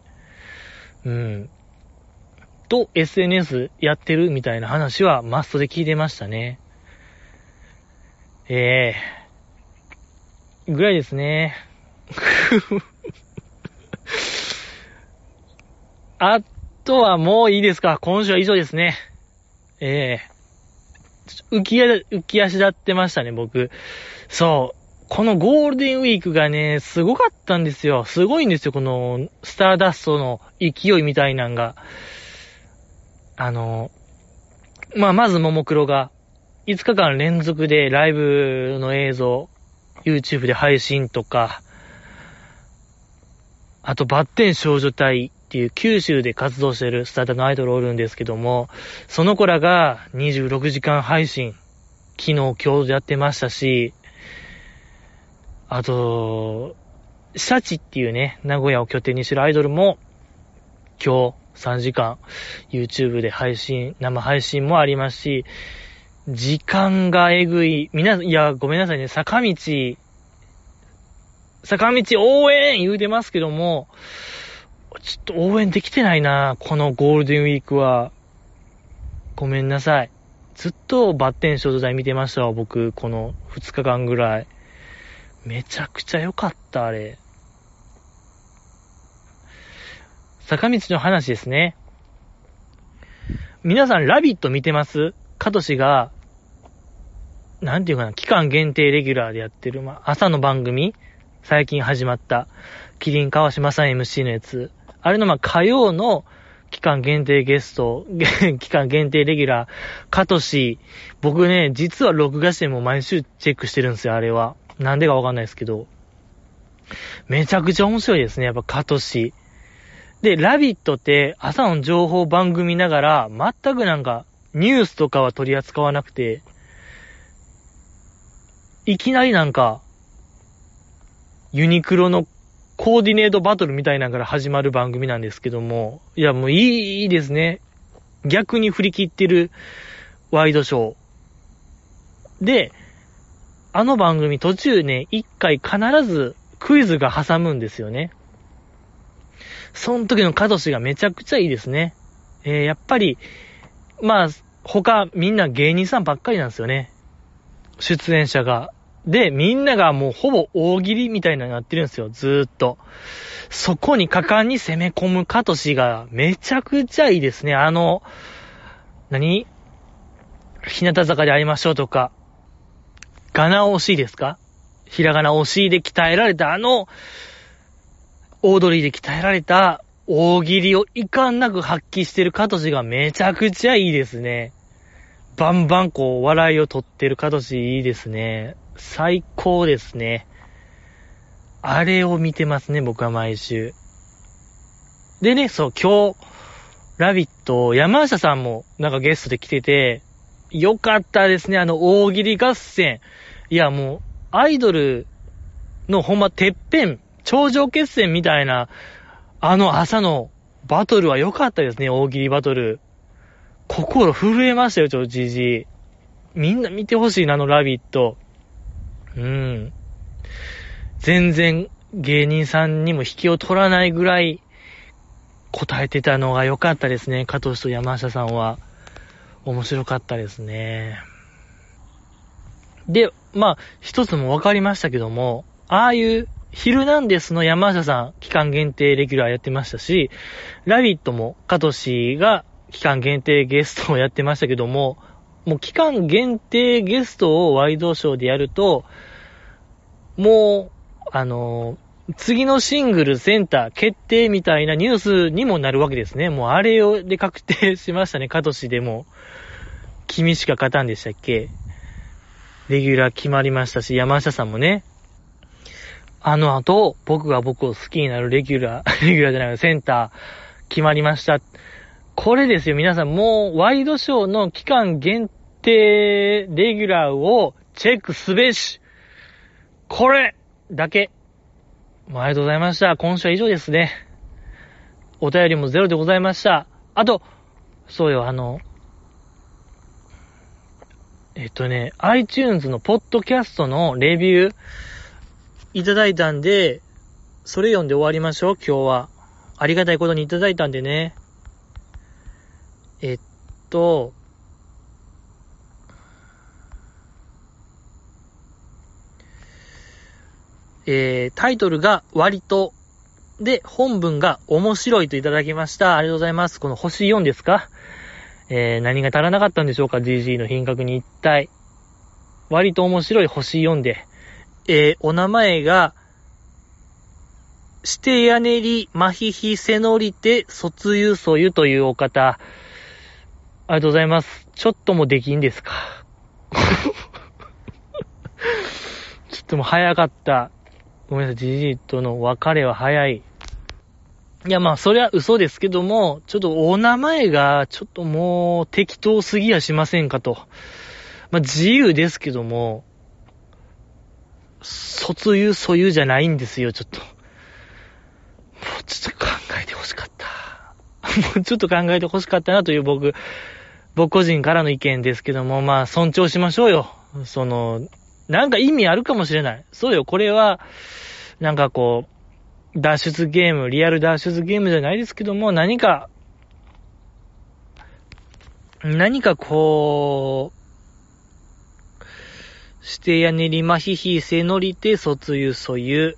と SNS やってるみたいな話はマストで聞いてましたね。ぐらいですね。あとはもういいですか？今週は以上ですね。浮き足立ってましたね、僕。そう。このゴールデンウィークがね、すごかったんですよ。すごいんですよ、このスターダストの勢いみたいなんが。まずももクロが5日間連続でライブの映像、YouTube で配信とか、あとバッテン少女隊っていう九州で活動してるスターターのアイドルおるんですけども、その子らが26時間配信、昨日今日やってましたし、あと、シャチっていうね、名古屋を拠点にしてるアイドルも、今日3時間 YouTube で生配信もありますし、時間がえぐい。ごめんなさいね、坂道応援言うてますけども、ちょっと応援できてないな、このゴールデンウィークは。ごめんなさい。ずっとバッテン少女隊見てましたわ、僕、この2日間ぐらい。めちゃくちゃ良かった、あれ。坂道の話ですね。皆さん、ラビット見てます？カトシが、なんていうかな、期間限定レギュラーでやってる、朝の番組？最近始まった、キリン川島さん MC のやつ。あれの火曜の期間限定ゲスト、期間限定レギュラー、カトシ。僕ね、実は録画しても毎週チェックしてるんですよ、あれは。なんでかわかんないですけど。めちゃくちゃ面白いですね、やっぱカトシ。で、ラビットって朝の情報番組ながら、全くなんか、ニュースとかは取り扱わなくて、いきなりなんか、ユニクロのコーディネートバトルみたいなのから始まる番組なんですけども、いやもういいですね。逆に振り切ってるワイドショー。で、あの番組途中ね、一回必ずクイズが挟むんですよね。その時のカトシがめちゃくちゃいいですね。やっぱり、他みんな芸人さんばっかりなんですよね。出演者が。で、みんながもうほぼ大喜利みたいなのになってるんですよ、ずーっと。そこに果敢に攻め込むカトシがめちゃくちゃいいですね。日向坂で会いましょうとか、ガナ惜しいですか？ひらがな惜しいで鍛えられたオードリーで鍛えられた大喜利を遺憾なく発揮してるカトシがめちゃくちゃいいですね。バンバン笑いを取ってるカトシいいですね。最高ですね。あれを見てますね、僕は毎週。でね、今日、ラビット、山下さんもなんかゲストで来てて、よかったですね、大喜利合戦。いや、もう、アイドルのほんまてっぺん、頂上決戦みたいな、朝のバトルは良かったですね、大喜利バトル。心震えましたよ、じじい。みんな見てほしいな、ラビット。全然芸人さんにも引きを取らないぐらい答えてたのが良かったですね。加藤氏と山下さんは。面白かったですね。で、一つも分かりましたけども、ああいうヒルナンデスの山下さん、期間限定レギュラーやってましたし、ラビットも加藤氏が期間限定ゲストをやってましたけども、もう期間限定ゲストをワイドショーでやると、もう、次のシングルセンター決定みたいなニュースにもなるわけですね。もうあれで確定しましたね。加藤氏でも、君しか勝たんでしたっけ？ レギュラー決まりましたし、山下さんもね、あの後、僕が僕を好きになるレギュラーじゃない、センター決まりました。これですよ、皆さん。もう、ワイドショーの期間限定レギュラーをチェックすべし。これだけ。ありがとうございました。今週は以上ですね。お便りもゼロでございました。あと、そうよ、iTunes のポッドキャストのレビューいただいたんで、それ読んで終わりましょう、今日は。ありがたいことにいただいたんでね。タイトルが割と、で、本文が面白いといただきました。ありがとうございます。この星4ですか？何が足らなかったんでしょうか？ GG の品格に一体。割と面白い星4で。お名前が、してやねりまひひせのりて卒ゆそゆというお方。ありがとうございます。ちょっともできんですか？ちょっともう早かった。ごめんなさい、じじいとの別れは早い。いや、まあ、それは嘘ですけども、ちょっとお名前が、ちょっともう、適当すぎやしませんかと。まあ、自由ですけども、卒ゆそゆじゃないんですよ、ちょっと。もうちょっと考えてほしかった。もうちょっと考えてほしかったなという僕個人からの意見ですけども、まあ、尊重しましょうよ。なんか意味あるかもしれない。そうよ、これは、なんかこう、脱出ゲーム、リアル脱出ゲームじゃないですけども、何かこう、してやねりまひひせのりて卒ゆそゆ。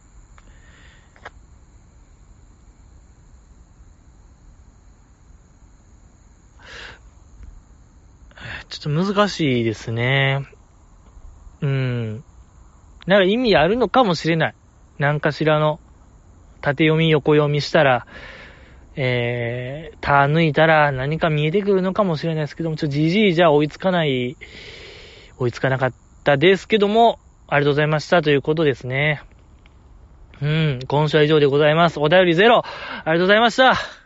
ちょっと難しいですね。なんか意味あるのかもしれない。何かしらの縦読み横読みしたら、た抜いたら何か見えてくるのかもしれないですけども、じじいじゃ追いつかなかったですけども、ありがとうございましたということですね。今週は以上でございます。お便りゼロ、ありがとうございました。